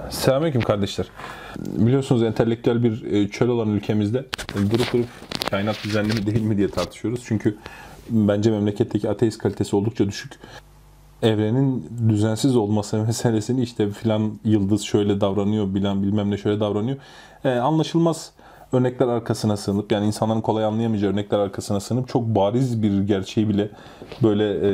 Selamünaleyküm kardeşler. Biliyorsunuz entelektüel bir çöl olan ülkemizde durup kainat düzenli mi değil mi diye tartışıyoruz. Çünkü bence memleketteki ateist kalitesi oldukça düşük. Evrenin düzensiz olması meselesini işte filan yıldız şöyle davranıyor, bilmem ne şöyle davranıyor. Anlaşılmaz örnekler arkasına sığınıp, yani insanların kolay anlayamayacağı örnekler arkasına sığınıp çok bariz bir gerçeği bile böyle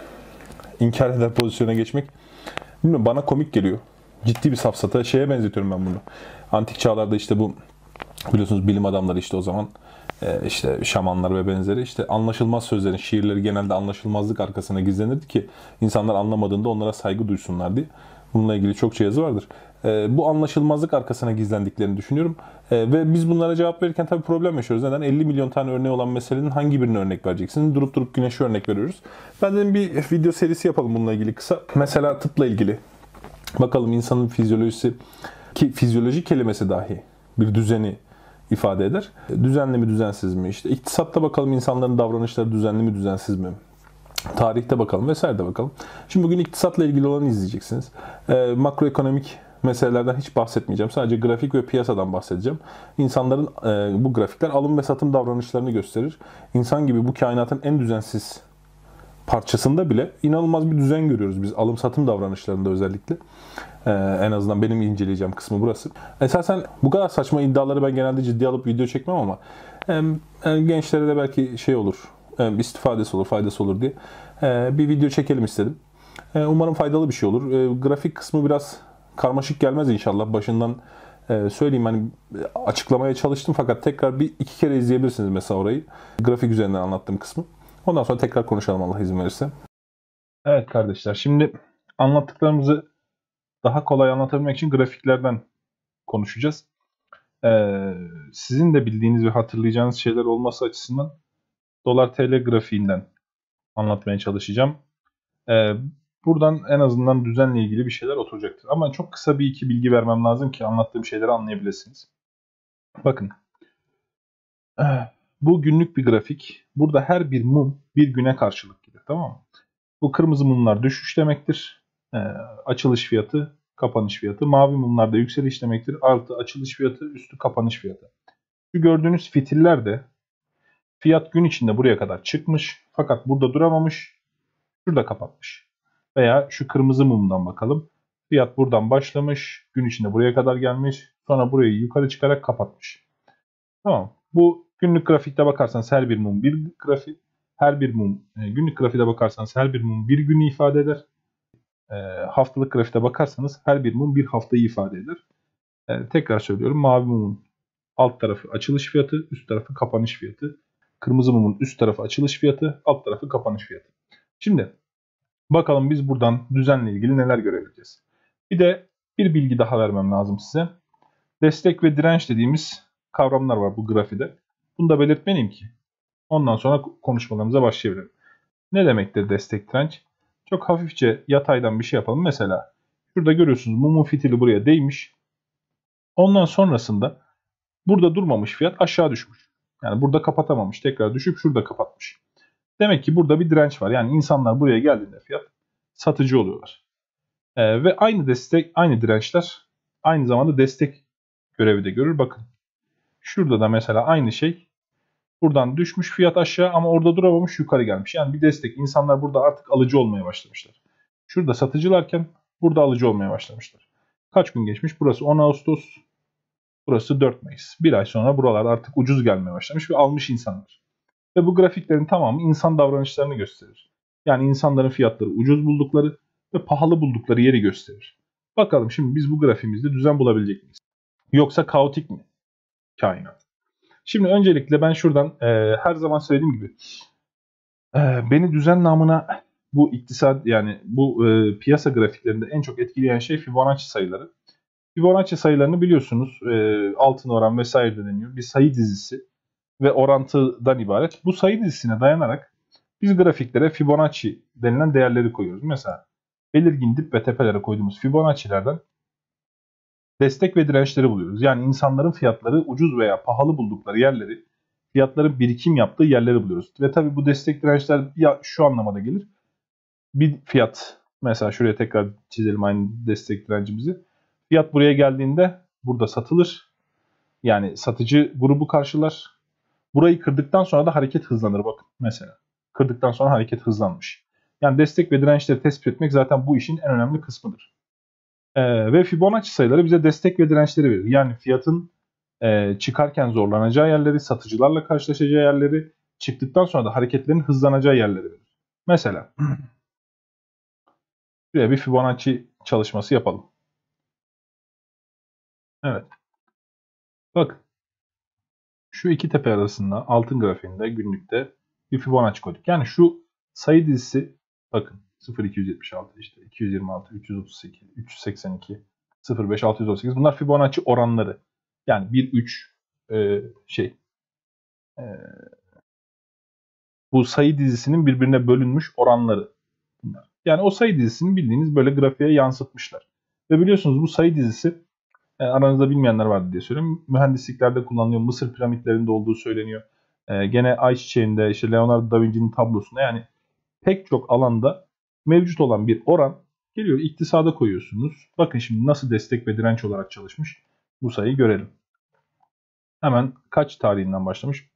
inkar eder pozisyona geçmek, bilmiyorum, bana komik geliyor. Ciddi bir safsata. Şeye benzetiyorum ben bunu. Antik çağlarda işte bu, biliyorsunuz, bilim adamları işte o zaman işte şamanlar ve benzeri işte anlaşılmaz sözlerin, şiirleri genelde anlaşılmazlık arkasına gizlenirdi ki insanlar anlamadığında onlara saygı duysunlar diye. Bununla ilgili çokça yazı vardır. Bu anlaşılmazlık arkasına gizlendiklerini düşünüyorum. Ve biz bunlara cevap verirken tabii problem yaşıyoruz. Neden? 50 milyon tane örneği olan meselenin hangi birine örnek vereceksin? Durup güneşe örnek veriyoruz. Ben dedim bir video serisi yapalım bununla ilgili kısa. Mesela tıpla ilgili. Bakalım insanın fizyolojisi, ki fizyoloji kelimesi dahi bir düzeni ifade eder. Düzenli mi düzensiz mi? İşte iktisatta bakalım insanların davranışları düzenli mi düzensiz mi? Tarihte bakalım vesaire de bakalım. Şimdi bugün iktisatla ilgili olanı izleyeceksiniz. Makroekonomik meselelerden hiç bahsetmeyeceğim. Sadece grafik ve piyasadan bahsedeceğim. İnsanların bu grafikler alım ve satım davranışlarını gösterir. İnsan gibi bu kainatın en düzensiz parçasında bile inanılmaz bir düzen görüyoruz biz alım satım davranışlarında özellikle. En azından benim inceleyeceğim kısmı burası. Esasen bu kadar saçma iddiaları ben genelde ciddiye alıp video çekmem ama gençlere de belki şey olur, istifadesi olur, faydası olur diye bir video çekelim istedim. Umarım faydalı bir şey olur. Grafik kısmı biraz karmaşık gelmez inşallah. Başından söyleyeyim, hani açıklamaya çalıştım fakat tekrar bir iki kere izleyebilirsiniz mesela orayı. Grafik üzerinden anlattığım kısmı. Ondan sonra tekrar konuşalım Allah izin verirse. Evet kardeşler, şimdi anlattıklarımızı daha kolay anlatabilmek için grafiklerden konuşacağız. Sizin de bildiğiniz ve hatırlayacağınız şeyler olması açısından dolar TL grafiğinden anlatmaya çalışacağım. Buradan en azından düzenle ilgili bir şeyler oturacaktır. Ama çok kısa bir iki bilgi vermem lazım ki anlattığım şeyleri anlayabilirsiniz. Bakın. Bu günlük bir grafik. Burada her bir mum bir güne karşılık gelir, tamam mı? Bu kırmızı mumlar düşüş demektir. Açılış fiyatı, kapanış fiyatı. Mavi mumlar da yükseliş demektir. Artı açılış fiyatı, üstü kapanış fiyatı. Şu gördüğünüz fitiller de fiyat gün içinde buraya kadar çıkmış. Fakat burada duramamış. Şurada kapatmış. Veya şu kırmızı mumdan bakalım. Fiyat buradan başlamış. Gün içinde buraya kadar gelmiş. Sonra burayı yukarı çıkarak kapatmış. Tamam. Bu günlük grafikte bakarsanız her bir mum bir grafik. Her bir mum günlük grafikte bakarsanız her bir mum bir günü ifade eder. Haftalık grafikte bakarsanız her bir mum bir haftayı ifade eder. Tekrar söylüyorum. Mavi mumun alt tarafı açılış fiyatı, üst tarafı kapanış fiyatı. Kırmızı mumun üst tarafı açılış fiyatı, alt tarafı kapanış fiyatı. Şimdi bakalım biz buradan düzenle ilgili neler görebileceğiz. Bir de bir bilgi daha vermem lazım size. Destek ve direnç dediğimiz kavramlar var bu grafide. Bunu da belirtmeliyim ki ondan sonra konuşmalarımıza başlayabilirim. Ne demektir destek direnç? Çok hafifçe yataydan bir şey yapalım. Mesela şurada görüyorsunuz mumun fitili buraya değmiş. Ondan sonrasında burada durmamış, fiyat aşağı düşmüş. Yani burada kapatamamış. Tekrar düşüp şurada kapatmış. Demek ki burada bir direnç var. Yani insanlar buraya geldiğinde fiyat satıcı oluyorlar. Ve aynı destek, aynı dirençler aynı zamanda destek görevi de görür. Bakın şurada da mesela aynı şey. Buradan düşmüş fiyat aşağı ama orada duramamış, yukarı gelmiş. Yani bir destek. İnsanlar burada artık alıcı olmaya başlamışlar. Şurada satıcılarken burada alıcı olmaya başlamışlar. Kaç gün geçmiş? Burası 10 Ağustos. Burası 4 Mayıs. Bir ay sonra buralar artık ucuz gelmeye başlamış ve almış insanlar. Ve bu grafiklerin tamamı insan davranışlarını gösterir. Yani insanların fiyatları ucuz buldukları ve pahalı buldukları yeri gösterir. Bakalım şimdi biz bu grafiğimizde düzen bulabilecek miyiz? Yoksa kaotik mi kainat? Şimdi öncelikle ben şuradan her zaman söylediğim gibi beni düzen namına bu iktisat, yani bu piyasa grafiklerinde en çok etkileyen şey Fibonacci sayıları. Fibonacci sayılarını biliyorsunuz, altın oran vesaire de deniyor. Bir sayı dizisi ve orantıdan ibaret. Bu sayı dizisine dayanarak biz grafiklere Fibonacci denilen değerleri koyuyoruz. Mesela belirgin dip ve tepelere koyduğumuz Fibonacci'lerden destek ve dirençleri buluyoruz. Yani insanların fiyatları ucuz veya pahalı buldukları yerleri, fiyatların birikim yaptığı yerleri buluyoruz. Ve tabii bu destek dirençler ya şu anlamada gelir. Bir fiyat, mesela şuraya tekrar çizelim aynı destek direncimizi. Fiyat buraya geldiğinde burada satılır. Yani satıcı grubu karşılar. Burayı kırdıktan sonra da hareket hızlanır bakın mesela. Kırdıktan sonra hareket hızlanmış. Yani destek ve dirençleri tespit etmek zaten bu işin en önemli kısmıdır. Ve Fibonacci sayıları bize destek ve dirençleri verir. Yani fiyatın çıkarken zorlanacağı yerleri, satıcılarla karşılaşacağı yerleri, çıktıktan sonra da hareketlerin hızlanacağı yerleri verir. Mesela şuraya bir Fibonacci çalışması yapalım. Evet. Bakın. Şu iki tepe arasında altın grafiğinde günlükte bir Fibonacci koyduk. Yani şu sayı dizisi bakın 0,276 işte 226, 338, 382, 0,5, 618 bunlar Fibonacci oranları. Yani 1, 3 e, bu sayı dizisinin birbirine bölünmüş oranları bunlar. Yani o sayı dizisini bildiğiniz böyle grafiğe yansıtmışlar. Ve biliyorsunuz bu sayı dizisi aranızda bilmeyenler vardı diye söylüyorum. Mühendisliklerde kullanılıyor. Mısır piramitlerinde olduğu söyleniyor. Gene ayçiçeğinde işte Leonardo da Vinci'nin tablosunda yani pek çok alanda mevcut olan bir oran geliyor iktisada koyuyorsunuz. Bakın şimdi nasıl destek ve direnç olarak çalışmış bu sayıyı görelim. Hemen kaç tarihinden başlamış?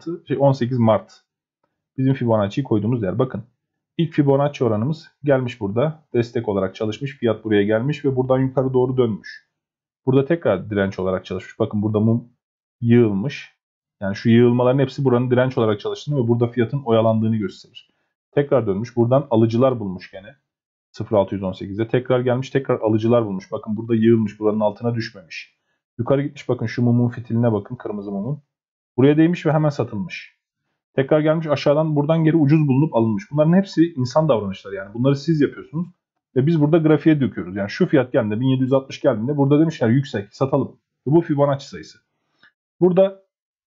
18 Mart. Bizim Fibonacci'yi koyduğumuz yer. Bakın ilk Fibonacci oranımız gelmiş burada. Destek olarak çalışmış. Fiyat buraya gelmiş ve buradan yukarı doğru dönmüş. Burada tekrar direnç olarak çalışmış. Bakın burada mum yığılmış. Yani şu yığılmaların hepsi buranın direnç olarak çalıştığını ve burada fiyatın oyalandığını gösterir. Tekrar dönmüş. Buradan alıcılar bulmuş gene. 0.618'de tekrar gelmiş. Tekrar alıcılar bulmuş. Bakın burada yığılmış. Buranın altına düşmemiş. Yukarı gitmiş. Bakın şu mumun fitiline bakın. Kırmızı mumun. Buraya değmiş ve hemen satılmış. Tekrar gelmiş aşağıdan buradan geri ucuz bulunup alınmış. Bunların hepsi insan davranışları yani. Bunları siz yapıyorsunuz. Ve biz burada grafiğe döküyoruz. Yani şu fiyat geldiğinde 1760 geldiğinde burada demişler yüksek satalım. Ve bu Fibonacci sayısı. Burada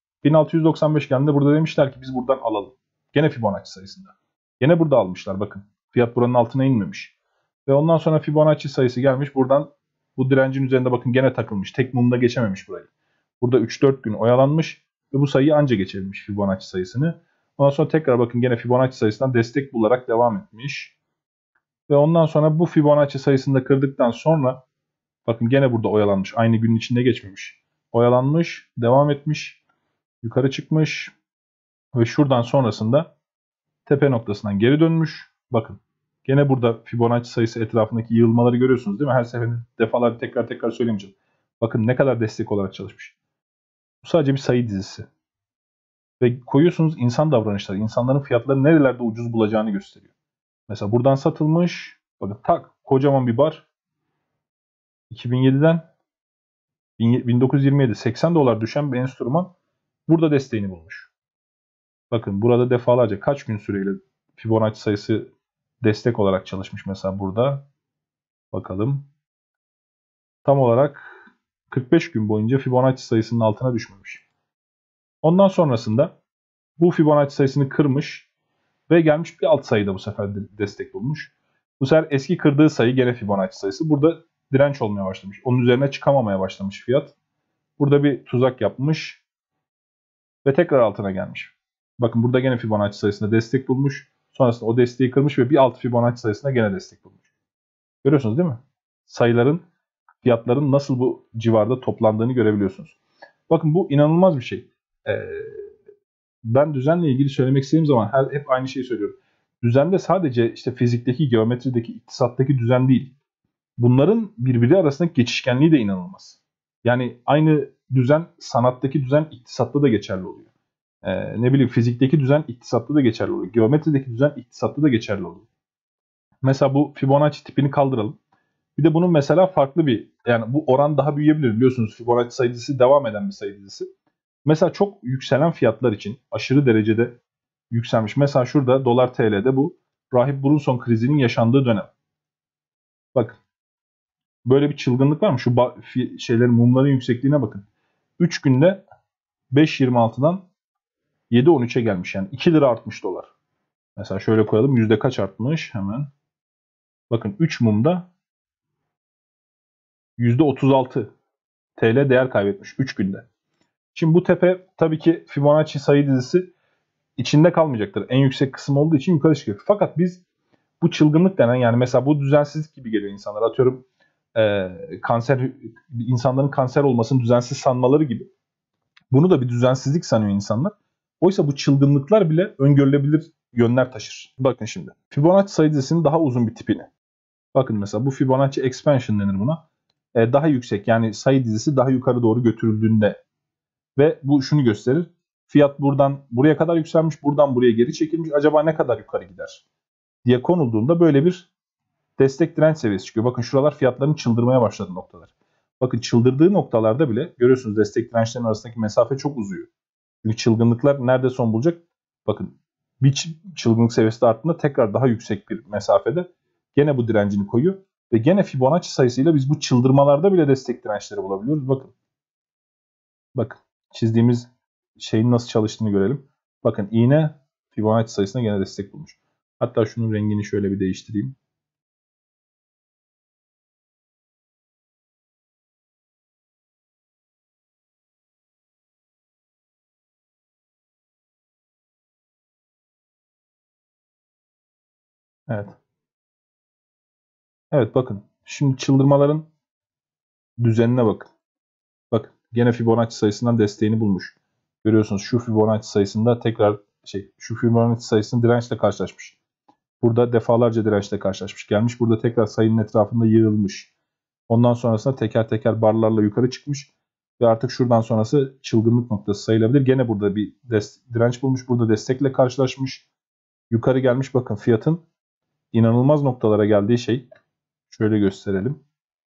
1695 geldiğinde burada demişler ki biz buradan alalım. Gene Fibonacci sayısında. Gene burada almışlar bakın. Fiyat buranın altına inmemiş. Ve ondan sonra Fibonacci sayısı gelmiş. Buradan bu direncin üzerinde bakın gene takılmış. Tek mumda geçememiş burayı. Burada 3-4 gün oyalanmış. Ve bu sayıyı anca geçebilmiş Fibonacci sayısını. Ondan sonra tekrar bakın gene Fibonacci sayısından destek bularak devam etmiş. Ve ondan sonra bu Fibonacci sayısını da kırdıktan sonra bakın gene burada oyalanmış. Aynı günün içinde geçmemiş. Oyalanmış, devam etmiş, yukarı çıkmış ve şuradan sonrasında tepe noktasından geri dönmüş. Bakın gene burada Fibonacci sayısı etrafındaki yığılmaları görüyorsunuz değil mi? Her seferinde defalarca tekrar söylemeyeceğim. Bakın ne kadar destek olarak çalışmış. Bu sadece bir sayı dizisi. Ve koyuyorsunuz insan davranışları, insanların fiyatları nerelerde ucuz bulacağını gösteriyor. Mesela buradan satılmış, bakın tak kocaman bir bar 2007'den 1927 80 dolar düşen bir enstrüman burada desteğini bulmuş. Bakın burada defalarca kaç gün süreyle Fibonacci sayısı destek olarak çalışmış mesela burada. Bakalım. Tam olarak 45 gün boyunca Fibonacci sayısının altına düşmemiş. Ondan sonrasında bu Fibonacci sayısını kırmış ve gelmiş bir alt sayıda bu sefer destek bulmuş. Bu sefer eski kırdığı sayı gene Fibonacci sayısı. Burada direnç olmaya başlamış. Onun üzerine çıkamamaya başlamış fiyat. Burada bir tuzak yapmış ve tekrar altına gelmiş. Bakın burada gene Fibonacci sayısında destek bulmuş. Sonrasında o desteği kırmış ve bir alt Fibonacci sayısında gene destek bulmuş. Görüyorsunuz değil mi? Sayıların, fiyatların nasıl bu civarda toplandığını görebiliyorsunuz. Bakın bu inanılmaz bir şey. Ben düzenle ilgili söylemek istediğim zaman hep aynı şeyi söylüyorum. Düzende sadece işte fizikteki, geometrideki, iktisattaki düzen değil. Bunların birbiri arasındaki geçişkenliği de inanılmaz. Yani aynı düzen sanattaki düzen iktisatta da geçerli oluyor. Ne bileyim fizikteki düzen iktisatta da geçerli oluyor. Geometrideki düzen iktisatta da geçerli oluyor. Mesela bu Fibonacci tipini kaldıralım. Bir de bunun mesela farklı bir yani bu oran daha büyüyebilir biliyorsunuz Fibonacci sayı dizisi devam eden bir sayı dizisi. Mesela çok yükselen fiyatlar için aşırı derecede yükselmiş. Mesela şurada dolar TL'de bu Rahip Brunson krizinin yaşandığı dönem. Bakın böyle bir çılgınlık var mı? Şu şeylerin mumların yüksekliğine bakın. 3 günde 5.26'dan 7.13'e gelmiş yani 2 lira artmış dolar. Mesela şöyle koyalım yüzde kaç artmış hemen. Bakın 3 mumda %36 TL değer kaybetmiş 3 günde. Şimdi bu tepe tabii ki Fibonacci sayı dizisi içinde kalmayacaktır. En yüksek kısım olduğu için yukarı çıkıyor. Fakat biz bu çılgınlık denen yani mesela bu düzensizlik gibi geliyor insanlara. Atıyorum insanların kanser olmasını düzensiz sanmaları gibi. Bunu da bir düzensizlik sanıyor insanlar. Oysa bu çılgınlıklar bile öngörülebilir yönler taşır. Bakın şimdi. Fibonacci sayı dizisinin daha uzun bir tipini. Bakın mesela bu Fibonacci expansion denir buna. Daha yüksek, yani sayı dizisi daha yukarı doğru götürüldüğünde ve bu şunu gösterir. Fiyat buradan buraya kadar yükselmiş, buradan buraya geri çekilmiş. Acaba ne kadar yukarı gider diye konulduğunda böyle bir destek direnç seviyesi çıkıyor. Bakın şuralar fiyatların çıldırmaya başladığı noktalar. Bakın çıldırdığı noktalarda bile görüyorsunuz destek dirençlerin arasındaki mesafe çok uzuyor. Çünkü çılgınlıklar nerede son bulacak? Bakın bir çılgınlık seviyesi de arttığında tekrar daha yüksek bir mesafede gene bu direncini koyuyor. Ve gene Fibonacci sayısıyla biz bu çıldırmalarda bile destek dirençleri bulabiliyoruz. Bakın. Bakın. Çizdiğimiz şeyin nasıl çalıştığını görelim. Bakın iğne Fibonacci sayısına gene destek bulmuş. Hatta şunun rengini şöyle bir değiştireyim. Evet. Evet bakın. Şimdi çıldırmaların düzenine bakın. Bakın gene Fibonacci sayısından desteğini bulmuş. Görüyorsunuz şu Fibonacci sayısında tekrar şu Fibonacci sayısının dirençle karşılaşmış. Burada defalarca dirençle karşılaşmış. Gelmiş burada tekrar sayının etrafında yığılmış. Ondan sonrasında teker teker barlarla yukarı çıkmış. Ve artık şuradan sonrası çılgınlık noktası sayılabilir. Gene burada bir direnç bulmuş. Burada destekle karşılaşmış. Yukarı gelmiş. Bakın fiyatın inanılmaz noktalara geldiği şey. Şöyle gösterelim.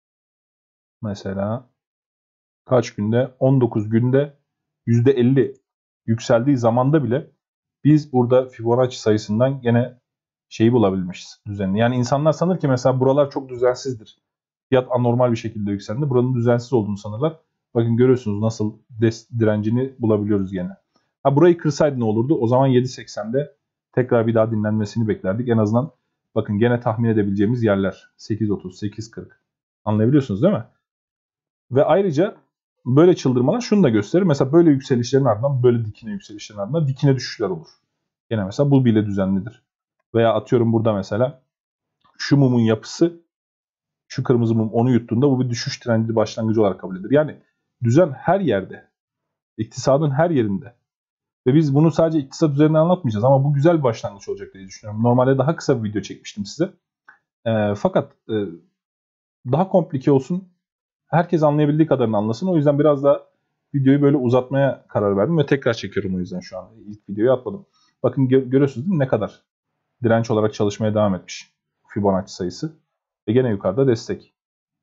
Mesela kaç günde? 19 günde %50 yükseldiği zamanda bile biz burada Fibonacci sayısından gene şeyi bulabilmişiz düzenli. Yani insanlar sanır ki mesela buralar çok düzensizdir. Fiyat anormal bir şekilde yükseldi. Buranın düzensiz olduğunu sanırlar. Bakın görüyorsunuz nasıl direncini bulabiliyoruz gene. Ha burayı kırsaydı ne olurdu? O zaman 7.80'de tekrar bir daha dinlenmesini beklerdik. En azından bakın gene tahmin edebileceğimiz yerler. 8.30, 8.40. Anlayabiliyorsunuz değil mi? Ve ayrıca böyle çıldırmalar şunu da gösterir. Mesela böyle yükselişlerin ardından böyle dikine yükselişlerin ardından dikine düşüşler olur. Gene mesela bu bile düzenlidir. Veya atıyorum burada mesela şu mumun yapısı, şu kırmızı mum onu yuttuğunda bu bir düşüş trendi başlangıcı olarak kabul edilir. Yani düzen her yerde. İktisadın her yerinde. Ve biz bunu sadece iktisat üzerinden anlatmayacağız ama bu güzel bir başlangıç olacak diye düşünüyorum. Normalde daha kısa bir video çekmiştim size. Fakat daha komplike olsun. Herkes anlayabildiği kadarını anlasın. O yüzden biraz da videoyu böyle uzatmaya karar verdim ve tekrar çekiyorum o yüzden şu an. İlk videoyu atmadım. Bakın görüyorsunuz değil mi ne kadar direnç olarak çalışmaya devam etmiş Fibonacci sayısı. Ve gene yukarıda destek.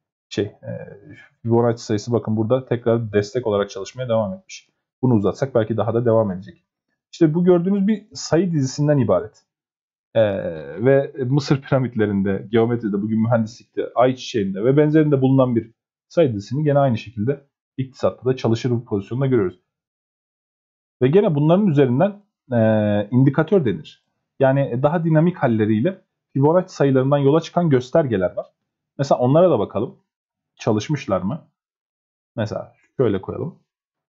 Fibonacci sayısı bakın burada tekrar destek olarak çalışmaya devam etmiş. Bunu uzatsak belki daha da devam edecek. İşte bu gördüğünüz bir sayı dizisinden ibaret. Ve Mısır piramitlerinde, geometride, bugün mühendislikte, ayçiçeğinde ve benzerinde bulunan bir sayı dizisini gene aynı şekilde iktisatta da çalışır bir pozisyonda görüyoruz. Ve gene bunların üzerinden indikatör denir. Yani daha dinamik halleriyle Fibonacci sayılarından yola çıkan göstergeler var. Mesela onlara da bakalım. Çalışmışlar mı? Mesela şöyle koyalım.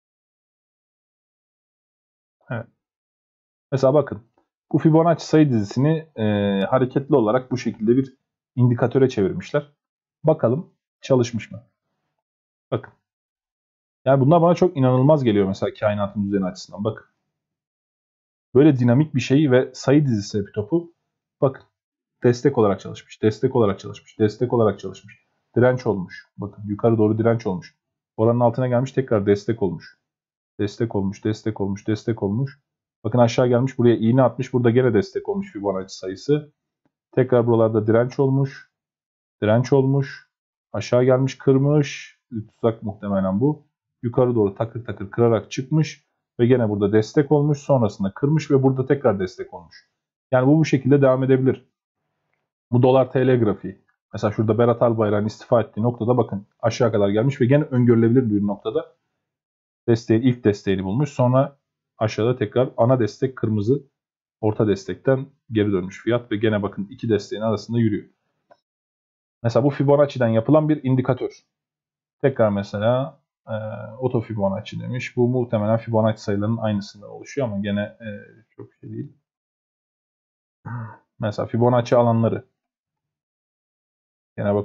Evet. Mesela bakın. Bu Fibonacci sayı dizisini hareketli olarak bu şekilde bir indikatöre çevirmişler. Bakalım çalışmış mı? Bakın. Yani bunlar bana çok inanılmaz geliyor mesela kainatın düzeni açısından. Bakın. Böyle dinamik bir şey ve sayı dizisi bir topu. Bakın. Destek olarak çalışmış. Destek olarak çalışmış. Destek olarak çalışmış. Direnç olmuş. Bakın yukarı doğru direnç olmuş. Oranın altına gelmiş tekrar destek olmuş. Destek olmuş. Destek olmuş. Destek olmuş. Bakın aşağı gelmiş buraya iğne atmış. Burada gene destek olmuş Fibonacci sayısı. Tekrar buralarda direnç olmuş. Direnç olmuş. Aşağı gelmiş kırmış. Tuzak muhtemelen bu. Yukarı doğru takır takır kırarak çıkmış. Ve gene burada destek olmuş. Sonrasında kırmış ve burada tekrar destek olmuş. Yani bu şekilde devam edebilir. Bu dolar TL grafiği. Mesela şurada Berat Albayrak'ın istifa ettiği noktada bakın aşağı kadar gelmiş ve gene öngörülebilir bir noktada ilk desteğini bulmuş. Sonra aşağıda tekrar ana destek kırmızı, orta destekten geri dönmüş fiyat ve gene bakın iki desteğin arasında yürüyor. Mesela bu Fibonacci'den yapılan bir indikatör. Tekrar mesela Auto Fibonacci demiş. Bu muhtemelen Fibonacci sayılarının aynısından oluşuyor ama gene çok şey değil. Mesela Fibonacci alanları. Gene bakın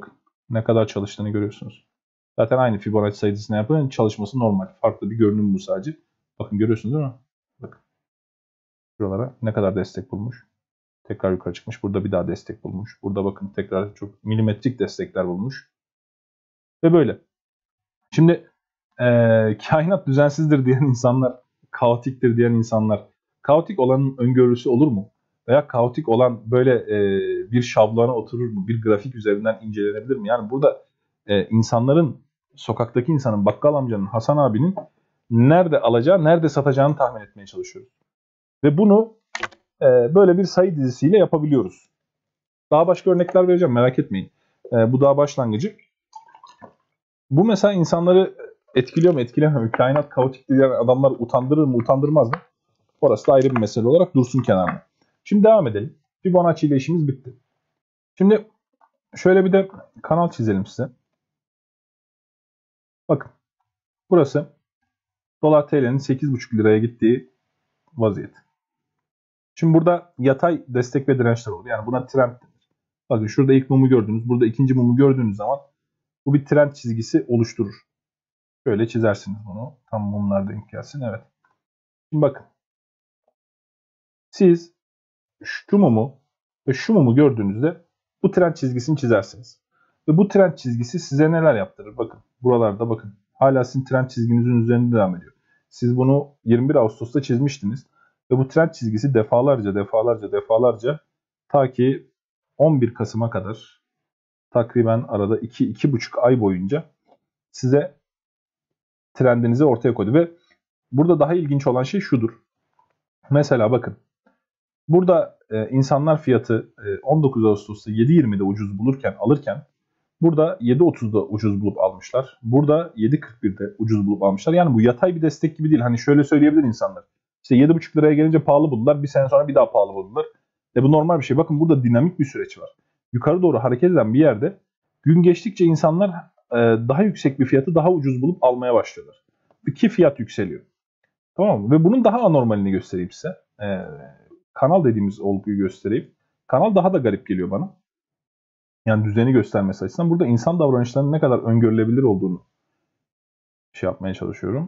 Ne kadar çalıştığını görüyorsunuz. Zaten aynı Fibonacci sayısına yapın. Çalışması normal. Farklı bir görünüm bu sadece. Bakın görüyorsunuz değil mi? Bakın. Şuralara ne kadar destek bulmuş. Tekrar yukarı çıkmış. Burada bir daha destek bulmuş. Burada bakın tekrar çok milimetrik destekler bulmuş. Ve böyle. Şimdi kainat düzensizdir diyen insanlar, kaotiktir diyen insanlar, kaotik olanın öngörüsü olur mu? Veya kaotik olan böyle bir şablona oturur mu? Bir grafik üzerinden incelenebilir mi? Yani burada insanların, sokaktaki insanın, bakkal amcanın, Hasan abinin nerede alacağı, nerede satacağını tahmin etmeye çalışıyoruz. Ve bunu böyle bir sayı dizisiyle yapabiliyoruz. Daha başka örnekler vereceğim, merak etmeyin. Bu daha başlangıcı. Bu mesela insanları etkiliyor mu, etkilemiyor mu? Kainat kaotik diyen adamlar utandırır mı, utandırmaz mı? Orası da ayrı bir mesele olarak dursun kenarda. Şimdi devam edelim. Fibonacci ile işimiz bitti. Şimdi şöyle bir de kanal çizelim size. Bakın. Burası dolar TL'nin 8,5 liraya gittiği vaziyet. Şimdi burada yatay destek ve dirençler olur. Yani buna trend denir. Bakın şurada ilk mumu gördünüz. Burada ikinci mumu gördüğünüz zaman bu bir trend çizgisi oluşturur. Şöyle çizersiniz bunu. Tam mumlar denk gelsin. Evet. Şimdi bakın. Siz şu mumu ve şu mumu gördüğünüzde bu trend çizgisini çizersiniz. Ve bu trend çizgisi size neler yaptırır? Bakın buralarda bakın. Hala sizin trend çizginizin üzerinde devam ediyor. Siz bunu 21 Ağustos'ta çizmiştiniz. Ve bu trend çizgisi defalarca ta ki 11 Kasım'a kadar takriben arada 2-2,5 ay boyunca size trendinizi ortaya koydu. Ve burada daha ilginç olan şey şudur. Mesela bakın. Burada insanlar fiyatı 19 Ağustos'ta 7.20'de ucuz bulurken alırken burada 7.30'da ucuz bulup almışlar. Burada 7.41'de ucuz bulup almışlar. Yani bu yatay bir destek gibi değil. Hani şöyle söyleyebilir insanlar. İşte 7.5 liraya gelince pahalı buldular. Bir sene sonra bir daha pahalı buldular. Bu normal bir şey. Bakın burada dinamik bir süreç var. Yukarı doğru hareket eden bir yerde gün geçtikçe insanlar daha yüksek bir fiyatı daha ucuz bulup almaya başlıyorlar. Ki fiyat yükseliyor. Tamam mı? Ve bunun daha anormalini göstereyim size. Kanal dediğimiz olguyu göstereyim. Kanal daha da garip geliyor bana. Yani düzeni göstermesi açısından. Burada insan davranışlarının ne kadar öngörülebilir olduğunu şey yapmaya çalışıyorum.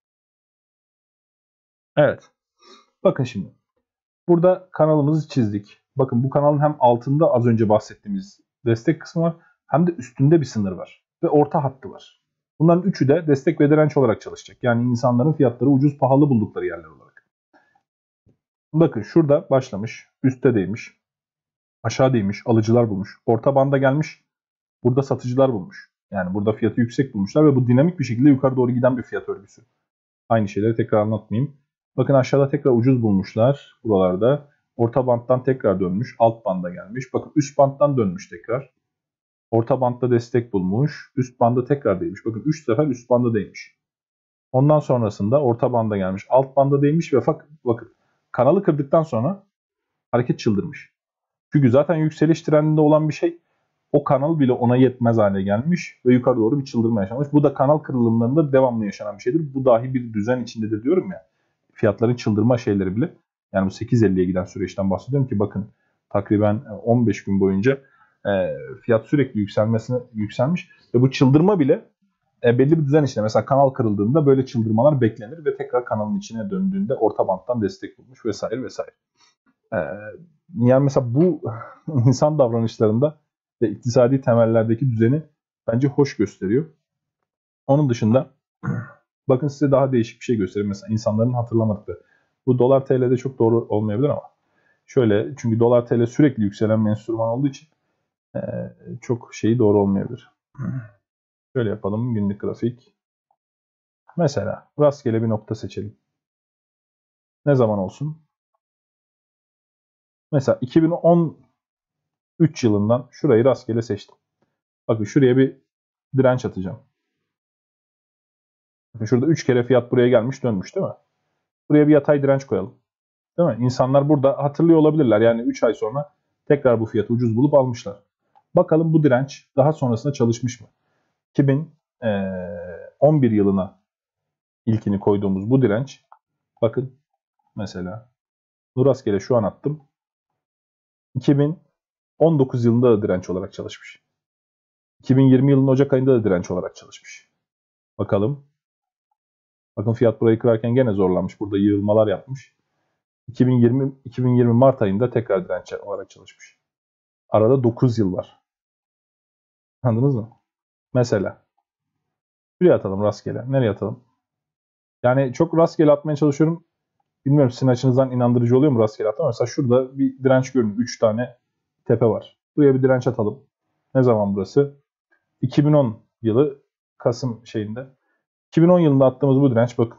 Evet. Bakın şimdi. Burada kanalımızı çizdik. Bakın bu kanalın hem altında az önce bahsettiğimiz destek kısmı var. Hem de üstünde bir sınır var. Ve orta hattı var. Bunların üçü de destek ve direnç olarak çalışacak. Yani insanların fiyatları ucuz pahalı buldukları yerler olarak. Bakın şurada başlamış. Üstte değmiş. Aşağı değmiş. Alıcılar bulmuş. Orta banda gelmiş. Burada satıcılar bulmuş. Yani burada fiyatı yüksek bulmuşlar ve bu dinamik bir şekilde yukarı doğru giden bir fiyat örgüsü. Aynı şeyleri tekrar anlatmayayım. Bakın aşağıda tekrar ucuz bulmuşlar buralarda. Orta banttan tekrar dönmüş. Alt banda gelmiş. Bakın üst banttan dönmüş tekrar. Orta bantta destek bulmuş. Üst banda tekrar değmiş. Bakın 3 sefer üst banda değmiş. Ondan sonrasında orta banda gelmiş. Alt banda değmiş ve bakın kanalı kırdıktan sonra hareket çıldırmış. Çünkü zaten yükseliş trendinde olan bir şey o kanal bile ona yetmez hale gelmiş ve yukarı doğru bir çıldırma yaşanmış. Bu da kanal kırılımlarında devamlı yaşanan bir şeydir. Bu dahi bir düzen içindedir diyorum ya. Fiyatların çıldırma şeyleri bile. Yani bu 8.50'ye giden süreçten bahsediyorum ki bakın takriben 15 gün boyunca fiyat sürekli yükselmiş ve bu çıldırma bile belli bir düzen içinde. Mesela kanal kırıldığında böyle çıldırmalar beklenir ve tekrar kanalın içine döndüğünde orta banttan destek bulmuş vesaire vesaire. E, Yani mesela bu insan davranışlarında ve iktisadi temellerdeki düzeni bence hoş gösteriyor. Onun dışında bakın size daha değişik bir şey göstereyim. Mesela insanların hatırlamadıkları. Bu dolar TL'de çok doğru olmayabilir ama şöyle çünkü dolar TL sürekli yükselen bir enstrüman olduğu için e, çok şeyi doğru olmayabilir. Şöyle yapalım günlük grafik. Mesela rastgele bir nokta seçelim. Ne zaman olsun? Mesela 2013 yılından şurayı rastgele seçtim. Bakın şuraya bir direnç atacağım. Bakın şurada 3 kere fiyat buraya gelmiş dönmüş değil mi? Buraya bir yatay direnç koyalım. Değil mi? İnsanlar burada hatırlıyor olabilirler. Yani 3 ay sonra tekrar bu fiyatı ucuz bulup almışlar. Bakalım bu direnç daha sonrasında çalışmış mı? 2011 yılına ilkini koyduğumuz bu direnç bakın mesela rastgele şu an attım. 2019 yılında da direnç olarak çalışmış. 2020 yılının Ocak ayında da direnç olarak çalışmış. Bakalım. Bakın fiyat burayı kırarken gene zorlanmış. Burada yığılmalar yapmış. 2020 Mart ayında tekrar direnç olarak çalışmış. Arada 9 yıl var. Anladınız mı? Mesela. Şuraya atalım rastgele. Nereye atalım? Yani çok rastgele atmaya çalışıyorum. Bilmiyorum sizin açınızdan inandırıcı oluyor mu rastgele atma? Mesela şurada bir direnç görün. 3 tane tepe var. Buraya bir direnç atalım. Ne zaman burası? 2010 yılı Kasım şeyinde. 2010 yılında attığımız bu direnç bakın.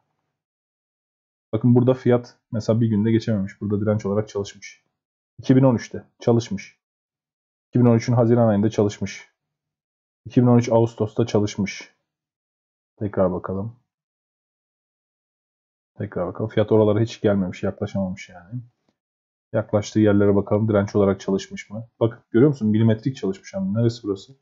Bakın burada fiyat mesela bir günde geçememiş. Burada direnç olarak çalışmış. 2013'te çalışmış. 2013'ün Haziran ayında çalışmış. 2013 Ağustos'ta çalışmış. Tekrar bakalım. Tekrar bakalım. Fiyat oralara hiç gelmemiş, yaklaşamamış yani. Yaklaştığı yerlere bakalım. Direnç olarak çalışmış mı? Bak görüyor musun? Milimetrik çalışmış. Yani neresi burası?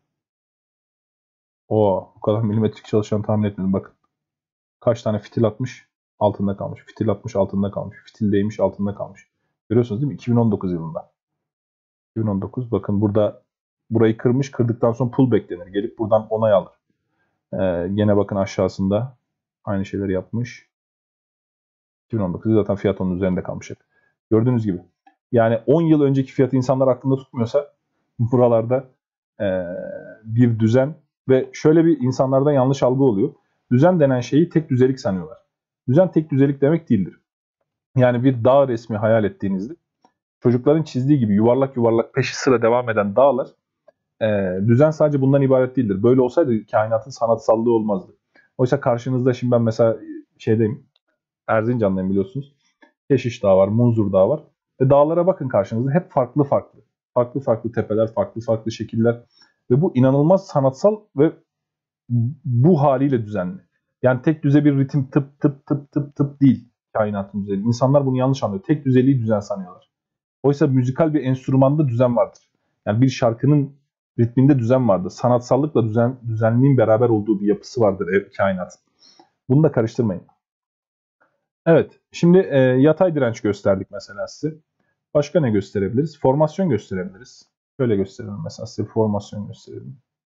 Oo, bu kadar milimetrik çalışan tahmin etmedim. Bakın. Kaç tane fitil atmış? Altında kalmış. Fitil atmış, altında kalmış. Fitil değmiş, altında kalmış. Görüyorsunuz değil mi? 2019 yılında. 2019. Bakın burada burayı kırmış. Kırdıktan sonra pullback denir. Gelip buradan onay alır. Gene bakın aşağısında aynı şeyleri yapmış. 2019 zaten fiyat onun üzerinde kalmış hep. Gördüğünüz gibi. Yani 10 yıl önceki fiyatı insanlar aklında tutmuyorsa buralarda bir düzen ve şöyle bir insanlarda yanlış algı oluyor. Düzen denen şeyi tek düzelik sanıyorlar. Düzen tek düzelik demek değildir. Yani bir dağ resmi hayal ettiğinizde çocukların çizdiği gibi yuvarlak yuvarlak peşi sıra devam eden dağlar düzen sadece bundan ibaret değildir. Böyle olsaydı kainatın sanatsallığı olmazdı. Oysa karşınızda şimdi ben mesela şeydeyim, Erzincan'dayım biliyorsunuz. Keşiş Dağı var, Munzur Dağı var. Ve dağlara bakın karşınızda hep farklı farklı. Farklı farklı tepeler, farklı farklı şekiller. Ve bu inanılmaz sanatsal ve bu haliyle düzenli. Yani tek düze bir ritim tıp tıp tıp tıp tıp değil kainatın düzeni. İnsanlar bunu yanlış anlıyor. Tek düzeliği düzen sanıyorlar. Oysa müzikal bir enstrümanda düzen vardır. Yani bir şarkının ritminde düzen vardır. Sanatsallıkla düzenliğin beraber olduğu bir yapısı vardır kainat. Bunu da karıştırmayın. Evet, şimdi yatay direnç gösterdik mesela size. Başka ne gösterebiliriz? Formasyon gösterebiliriz. Şöyle gösterelim mesela size formasyon gösterelim.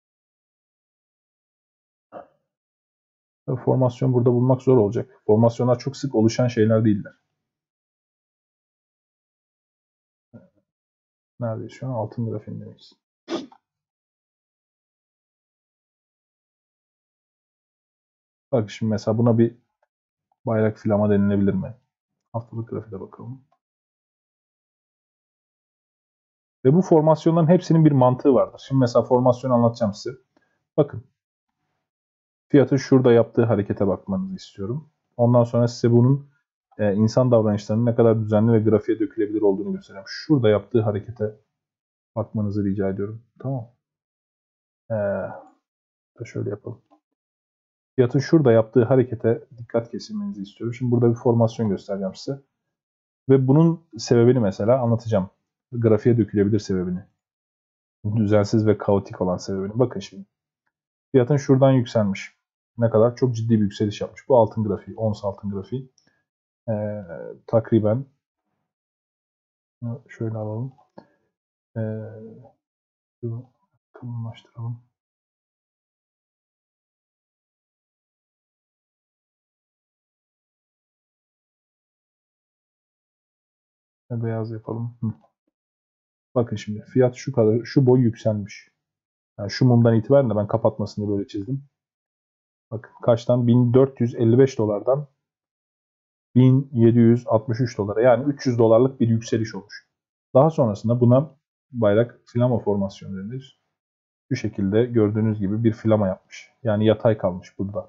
Formasyon burada bulmak zor olacak. Formasyonlar çok sık oluşan şeyler değiller. Neredeyiz şu an? Altın grafiğindeyiz. Bak şimdi mesela buna bir bayrak filama denilebilir mi? Haftalık grafiğe bakalım. Ve bu formasyonların hepsinin bir mantığı vardır. Şimdi mesela formasyonu anlatacağım size. Bakın. Fiyatın şurada yaptığı harekete bakmanızı istiyorum. Ondan sonra size bunun insan davranışlarının ne kadar düzenli ve grafiğe dökülebilir olduğunu göstereceğim. Şurada yaptığı harekete bakmanızı rica ediyorum. Tamam. Şöyle yapalım. Fiyatın şurada yaptığı harekete dikkat kesilmenizi istiyorum. Şimdi burada bir formasyon göstereceğim size. Ve bunun sebebini mesela anlatacağım. Grafiğe dökülebilir sebebini. Düzensiz ve kaotik olan sebebini. Bakın şimdi. Fiyatın şuradan yükselmiş. Ne kadar? Çok ciddi bir yükseliş yapmış. Bu altın grafiği. Ons altın grafiği. Takriben şöyle alalım. Şunu kalınlaştıralım. Beyaz yapalım. Bakın şimdi fiyat şu kadar, şu boy yükselmiş. Yani şu mumdan itibaren de ben kapatmasını böyle çizdim. Bakın kaçtan? 1455 dolardan 1763 dolara yani 300 dolarlık bir yükseliş olmuş. Daha sonrasında buna bayrak filama formasyonu denir. Şu şekilde gördüğünüz gibi bir filama yapmış. Yani yatay kalmış burada.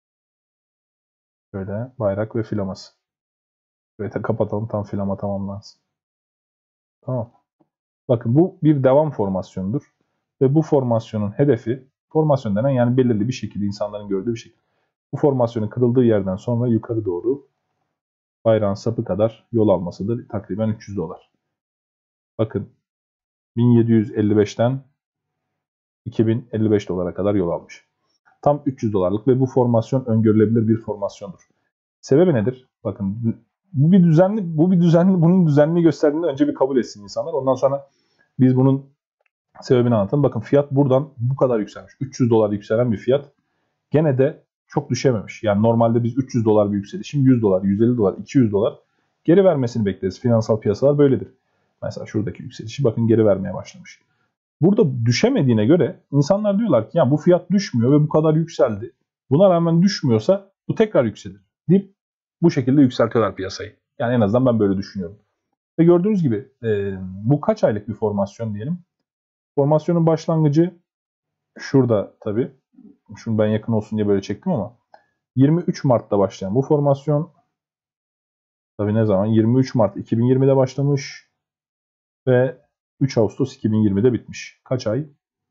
Şöyle bayrak ve filaması. Şöyle de kapatalım tam filama tamamlansın. Tamam. Bakın bu bir devam formasyonudur. Ve bu formasyonun hedefi, formasyon denen yani belirli bir şekilde insanların gördüğü bir şekilde. Bu formasyonun kırıldığı yerden sonra yukarı doğru bayrağın sapı kadar yol almasıdır. Takriben 300 dolar. Bakın 1755'ten 2055 dolara kadar yol almış. Tam 300 dolarlık ve bu formasyon öngörülebilir bir formasyondur. Sebebi nedir? Bakın bu bir düzenli, bunun düzenli gösterdiğini önce bir kabul etsin insanlar. Ondan sonra biz bunun Sebebini anlatayım. Bakın fiyat buradan bu kadar yükselmiş. 300 dolar yükselen bir fiyat. Gene de çok düşememiş. Yani normalde biz 300 dolar bir yükselişim 100 dolar, 150 dolar, 200 dolar geri vermesini bekleriz. Finansal piyasalar böyledir. Mesela şuradaki yükselişi bakın geri vermeye başlamış. Burada düşemediğine göre insanlar diyorlar ki ya bu fiyat düşmüyor ve bu kadar yükseldi. Buna rağmen düşmüyorsa bu tekrar yükselir deyip bu şekilde yükseltiyorlar piyasayı. Yani en azından ben böyle düşünüyorum. Ve gördüğünüz gibi bu kaç aylık bir formasyon diyelim. Formasyonun başlangıcı şurada tabii. Şunu ben yakın olsun diye böyle çektim ama 23 Mart'ta başlayan bu formasyon tabii ne zaman? 23 Mart 2020'de başlamış ve 3 Ağustos 2020'de bitmiş. Kaç ay?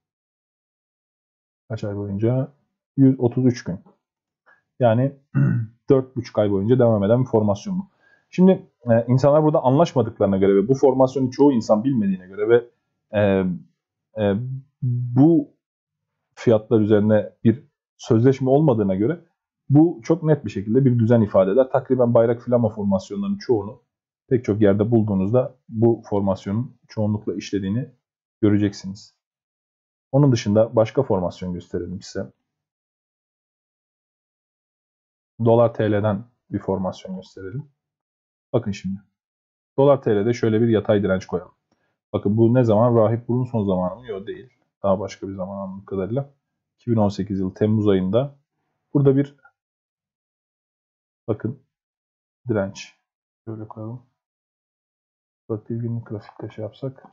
Kaç ay boyunca? 133 gün. Yani 4,5 ay boyunca devam eden bir formasyon bu. Şimdi insanlar burada anlaşmadıklarına göre ve bu formasyonu çoğu insan bilmediğine göre ve e, bu fiyatlar üzerine bir sözleşme olmadığına göre bu çok net bir şekilde bir düzen ifade eder. Takriben bayrak flama formasyonlarının çoğunu pek çok yerde bulduğunuzda bu formasyonun çoğunlukla işlediğini göreceksiniz. Onun dışında başka formasyon gösterelim size. Dolar TL'den bir formasyon gösterelim. Bakın şimdi. Dolar TL'de şöyle bir yatay direnç koyalım. Bakın bu ne zaman? Rahip Brunson zamanı mı? Yok değil. Daha başka bir zaman anladığım kadarıyla. 2018 yılı Temmuz ayında. Burada bir bakın direnç. Şöyle koyalım. Bak bir günlük grafikte şey yapsak.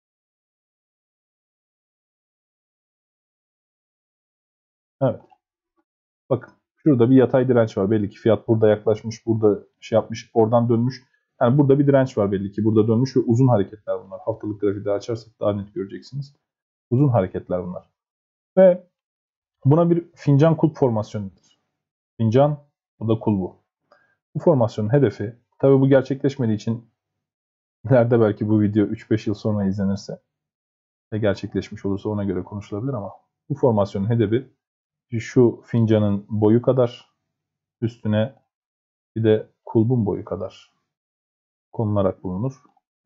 Evet. Bakın. Şurada bir yatay direnç var. Belli ki fiyat burada yaklaşmış. Burada şey yapmış. Oradan dönmüş. Yani burada bir direnç var belli ki. Burada dönmüş ve uzun hareketler bunlar. Haftalık grafikte açarsak daha net göreceksiniz. Uzun hareketler bunlar. Ve buna bir fincan kulp formasyonudur. Fincan, bu da kulbu. Bu formasyonun hedefi, tabii bu gerçekleşmediği için ileride belki bu video 3-5 yıl sonra izlenirse ve gerçekleşmiş olursa ona göre konuşulabilir ama bu formasyonun hedefi şu fincanın boyu kadar üstüne bir de kulbun boyu kadar konularak bulunur.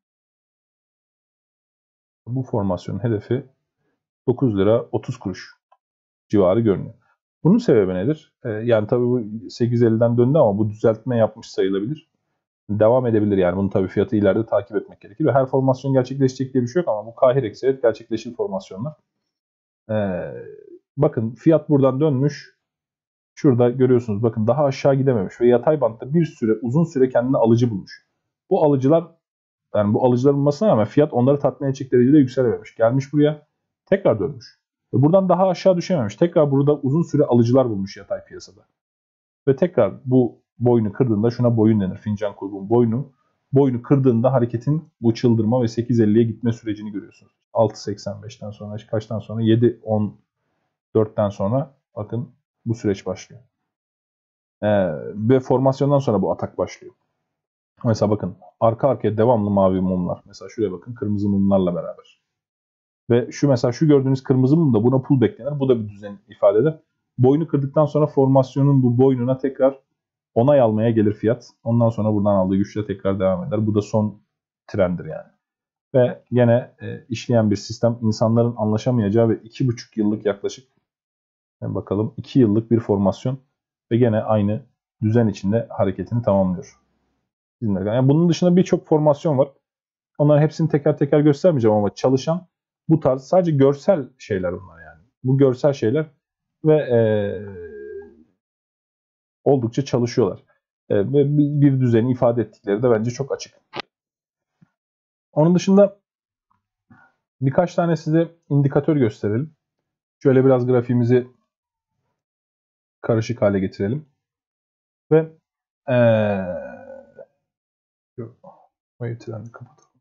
Bu formasyonun hedefi 9 lira 30 kuruş civarı görünüyor. Bunun sebebi nedir? Yani tabii bu 8.50'den döndü ama bu düzeltme yapmış sayılabilir. Devam edebilir yani. Bunun tabii fiyatı ileride takip etmek gerekir. Ve her formasyon gerçekleşecek diye bir şey yok ama bu kahir ekserit gerçekleşir formasyonlar. Bakın fiyat buradan dönmüş. Şurada görüyorsunuz bakın daha aşağı gidememiş ve yatay bantta bir süre uzun süre kendine alıcı bulmuş. Bu alıcılar yani bu alıcılar bulmasına rağmen fiyat onları tatmin edecek derecede yükselememiş. Gelmiş buraya tekrar dönmüş. Ve buradan daha aşağı düşememiş. Tekrar burada uzun süre alıcılar bulmuş yatay piyasada. Ve tekrar bu boynu kırdığında şuna boyun denir. Fincan kulbun boynu kırdığında hareketin bu çıldırma ve 8.50'ye gitme sürecini görüyorsunuz. 6.85'ten sonra kaçtan sonra 7.14'ten sonra bakın bu süreç başlıyor. Ve formasyondan sonra bu atak başlıyor. Mesela bakın arka arkaya devamlı mavi mumlar. Mesela şuraya bakın kırmızı mumlarla beraber. Ve şu mesela şu gördüğünüz kırmızı mum da buna pull beklenir. Bu da bir düzen ifade eder. Boynu kırdıktan sonra formasyonun bu boynuna tekrar onay almaya gelir fiyat. Ondan sonra buradan aldığı güçle tekrar devam eder. Bu da son trendir yani. Ve yine işleyen bir sistem insanların anlaşamayacağı ve 2,5 yıllık yaklaşık bakalım 2 yıllık bir formasyon ve gene aynı düzen içinde hareketini tamamlıyor. Yani bunun dışında birçok formasyon var. Onların hepsini teker teker göstermeyeceğim ama çalışan bu tarz sadece görsel şeyler bunlar yani. Bu görsel şeyler ve oldukça çalışıyorlar. Ve bir düzeni ifade ettikleri de bence çok açık. Onun dışında birkaç tane size indikatör gösterelim. Şöyle biraz grafiğimizi karışık hale getirelim. Ve treni kapatalım.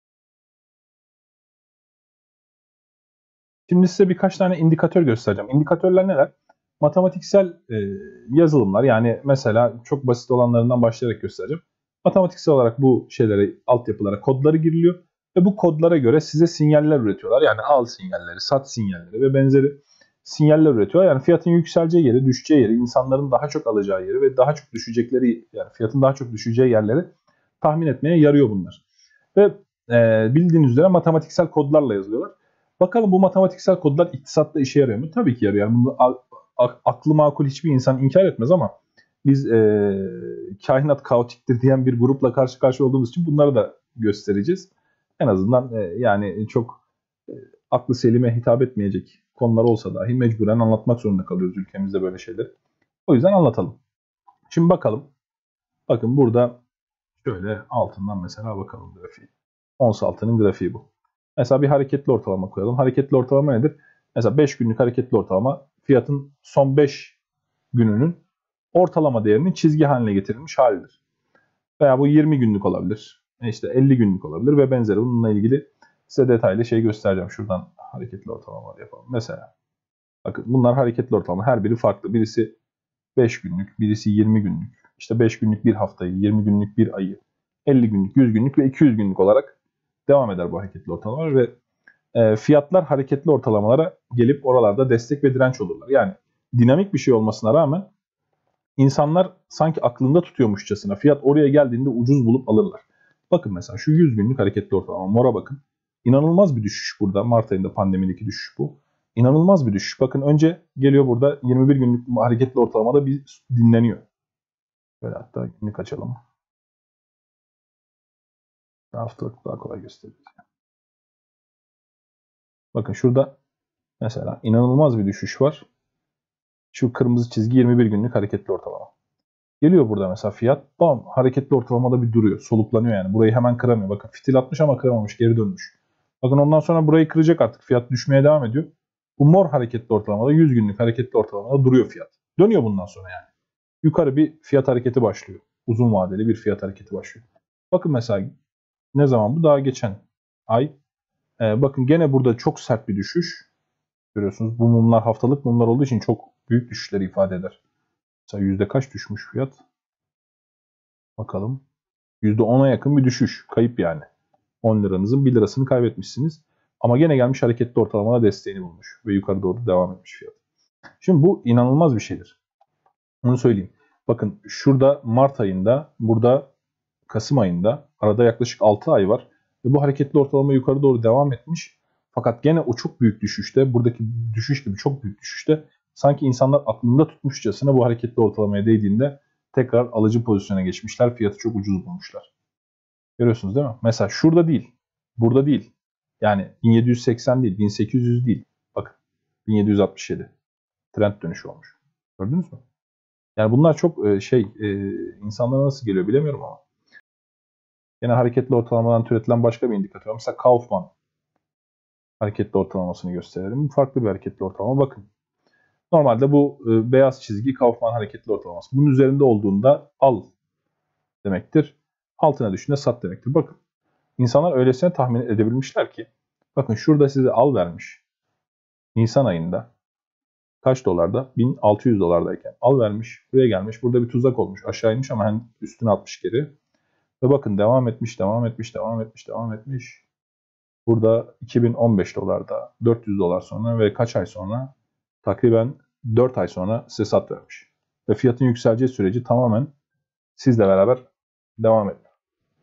Şimdi size birkaç tane indikatör göstereceğim. İndikatörler neler? Matematiksel yazılımlar, yani mesela çok basit olanlarından başlayarak göstereceğim. Matematiksel olarak bu şeylere, altyapılara kodları giriliyor ve bu kodlara göre size sinyaller üretiyorlar. Yani al sinyalleri, sat sinyalleri ve benzeri sinyaller üretiyor. Yani fiyatın yükseleceği yeri, düşeceği yeri, insanların daha çok alacağı yeri ve daha çok düşecekleri, yani fiyatın daha çok düşeceği yerleri tahmin etmeye yarıyor bunlar. Ve bildiğiniz üzere matematiksel kodlarla yazılıyorlar. Bakalım bu matematiksel kodlar iktisatta işe yarıyor mu? Tabii ki yarıyor. Yani bunu aklı makul hiçbir insan inkar etmez ama biz kainat kaotiktir diyen bir grupla karşı karşıya olduğumuz için bunları da göstereceğiz. En azından yani çok aklı selime hitap etmeyecek konular olsa dahi mecburen anlatmak zorunda kalıyoruz ülkemizde böyle şeyleri. O yüzden anlatalım. Şimdi bakalım. Bakın burada şöyle altından mesela bakalım grafiği. Ons altının grafiği bu. Mesela bir hareketli ortalama koyalım. Hareketli ortalama nedir? Mesela 5 günlük hareketli ortalama fiyatın son 5 gününün ortalama değerinin çizgi haline getirilmiş halidir. Veya bu 20 günlük olabilir. İşte 50 günlük olabilir ve benzeri. Bununla ilgili size detaylı şey göstereceğim. Şuradan hareketli ortalamalar yapalım. Mesela bakın bunlar hareketli ortalama. Her biri farklı. Birisi 5 günlük, birisi 20 günlük. İşte 5 günlük bir haftayı, 20 günlük bir ayı, 50 günlük, 100 günlük ve 200 günlük olarak devam eder bu hareketli ortalamalar ve fiyatlar hareketli ortalamalara gelip oralarda destek ve direnç olurlar. Yani dinamik bir şey olmasına rağmen insanlar sanki aklında tutuyormuşçasına fiyat oraya geldiğinde ucuz bulup alırlar. Bakın mesela şu 100 günlük hareketli ortalama mora bakın. İnanılmaz bir düşüş burada. Mart ayında pandemideki düşüş bu. İnanılmaz bir düşüş. Bakın önce geliyor burada 21 günlük hareketli ortalamada bir dinleniyor. Böyle hatta günlük açalım. Haftalık daha kolay göstereceğiz. Bakın şurada mesela inanılmaz bir düşüş var. Şu kırmızı çizgi 21 günlük hareketli ortalama. Geliyor burada mesela fiyat. Bam, hareketli ortalamada bir duruyor. Soluklanıyor yani. Burayı hemen kıramıyor. Bakın fitil atmış ama kıramamış. Geri dönmüş. Bakın ondan sonra burayı kıracak artık. Fiyat düşmeye devam ediyor. Bu mor hareketli ortalamada 100 günlük hareketli ortalamada duruyor fiyat. Dönüyor bundan sonra yani. Yukarı bir fiyat hareketi başlıyor. Uzun vadeli bir fiyat hareketi başlıyor. Bakın mesela ne zaman bu? Daha geçen ay. Bakın gene burada çok sert bir düşüş. Görüyorsunuz bu mumlar haftalık mumlar olduğu için çok büyük düşüşleri ifade eder. Mesela yüzde kaç düşmüş fiyat? Bakalım. %10'a yakın bir düşüş. Kayıp yani. 10 liranızın 1 lirasını kaybetmişsiniz. Ama gene gelmiş hareketli ortalamada desteğini bulmuş. Ve yukarı doğru devam etmiş fiyat. Şimdi bu inanılmaz bir şeydir. Onu söyleyeyim. Bakın şurada Mart ayında, burada Kasım ayında arada yaklaşık 6 ay var. Ve bu hareketli ortalama yukarı doğru devam etmiş. Fakat gene o çok büyük düşüşte, buradaki düşüş gibi çok büyük düşüşte sanki insanlar aklında tutmuşçasına bu hareketli ortalamaya değdiğinde tekrar alıcı pozisyona geçmişler. Fiyatı çok ucuz bulmuşlar. Görüyorsunuz değil mi? Mesela şurada değil. Burada değil. Yani 1780 değil, 1800 değil. Bakın 1767. Trend dönüşü olmuş. Gördünüz mü? Yani bunlar çok insanlara nasıl geliyor bilemiyorum ama. Yine hareketli ortalamadan türetilen başka bir indikatör. Mesela Kaufman hareketli ortalamasını gösterelim. Farklı bir hareketli ortalama. Bakın. Normalde bu beyaz çizgi Kaufman hareketli ortalaması. Bunun üzerinde olduğunda al demektir. Altına düşünde sat demektir. Bakın. İnsanlar öylesine tahmin edebilmişler ki. Bakın şurada size al vermiş. Nisan ayında. Kaç dolarda? 1600 dolardayken al vermiş. Buraya gelmiş. Burada bir tuzak olmuş. Aşağı inmiş ama hemen üstüne atmış geri. Ve bakın devam etmiş, devam etmiş, devam etmiş, devam etmiş. Burada 2015 dolarda 400 dolar sonra ve kaç ay sonra takriben 4 ay sonra size sat vermiş. Ve fiyatın yükseleceği süreci tamamen sizle beraber devam ediyor.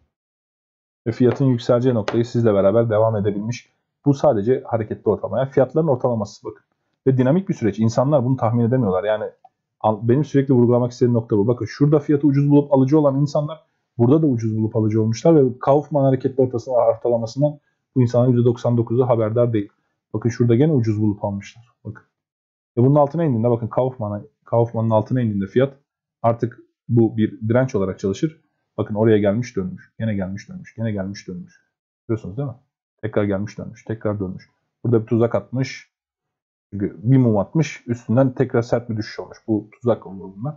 Ve fiyatın yükseleceği noktayı sizle beraber devam edebilmiş. Bu sadece hareketli ortalama. Yani fiyatların ortalaması bakın. Ve dinamik bir süreç. İnsanlar bunu tahmin edemiyorlar. Yani benim sürekli vurgulamak istediğim nokta bu. Bakın şurada fiyatı ucuz bulup alıcı olan insanlar burada da ucuz bulup alıcı olmuşlar ve Kaufman hareketli ortalamasından bu insanların %99'u haberdar değil. Bakın şurada gene ucuz bulup almışlar. Bakın. Ve bunun altına indiğinde bakın Kaufman'ın altına indiğinde fiyat artık bu bir direnç olarak çalışır. Bakın oraya gelmiş dönmüş. Gene gelmiş dönmüş. Gene gelmiş dönmüş. Görüyorsunuz değil mi? Tekrar gelmiş dönmüş. Tekrar dönmüş. Burada bir tuzak atmış. Çünkü bir mum atmış. Üstünden tekrar sert bir düşüş olmuş. Bu tuzak oluyor bunlar.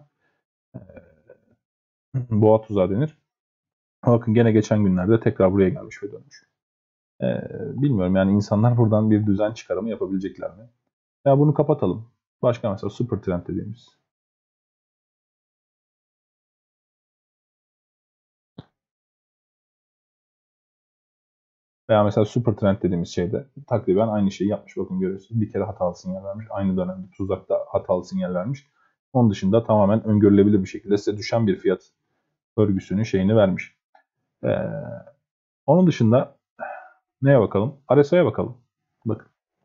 Boğa tuzağı denir. Bakın gene geçen günlerde tekrar buraya gelmiş ve dönmüş. Bilmiyorum yani insanlar buradan bir düzen çıkarımı yapabilecekler mi? Ya bunu kapatalım. Başka mesela super trend dediğimiz. Veya mesela super trend dediğimiz şeyde takriben aynı şeyi yapmış. Bakın görüyorsunuz bir kere hatalı sinyal vermiş. Aynı dönemde tuzakta hatalı sinyal vermiş. Onun dışında tamamen öngörülebilir bir şekilde size düşen bir fiyat örgüsünün şeyini vermiş. Onun dışında neye bakalım? RSI'ye bakalım. Bakın.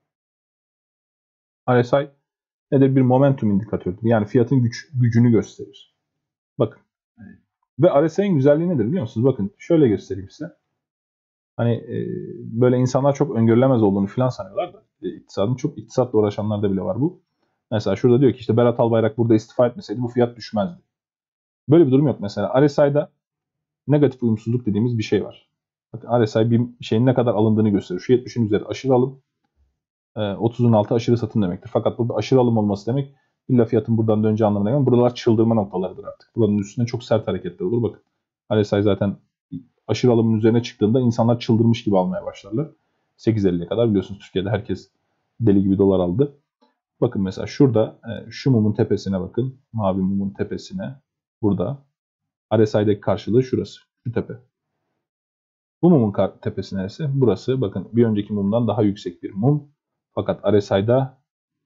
RSI nedir? Bir momentum indikatörüdür. Yani fiyatın gücünü gösterir. Bakın. Ve RSI'nin güzelliği nedir biliyor musunuz? Bakın şöyle göstereyim size. Hani böyle insanlar çok öngörülemez olduğunu falan sanıyorlar da iktisatla uğraşanlarda bile var bu. Mesela şurada diyor ki işte Berat Albayrak burada istifa etmeseydi bu fiyat düşmezdi. Böyle bir durum yok mesela. RSI'da negatif uyumsuzluk dediğimiz bir şey var. Bakın RSI bir şeyin ne kadar alındığını gösterir. Şu 70'in üzeri aşırı alım, 30'un altı aşırı satım demektir. Fakat burada aşırı alım olması demek illa fiyatın buradan döneceği anlamına gelmez. Buralar çıldırma noktalarıdır artık. Buranın üstünde çok sert hareketler olur. Bakın RSI zaten aşırı alımın üzerine çıktığında insanlar çıldırmış gibi almaya başlarlar. 8.50'ye kadar biliyorsunuz Türkiye'de herkes deli gibi dolar aldı. Bakın mesela şurada şu mumun tepesine bakın. Mavi mumun tepesine. Burada. RSI'deki karşılığı şurası. Şu tepe. Bu mumun tepesi neresi? Burası. Bakın bir önceki mumdan daha yüksek bir mum. Fakat RSI'da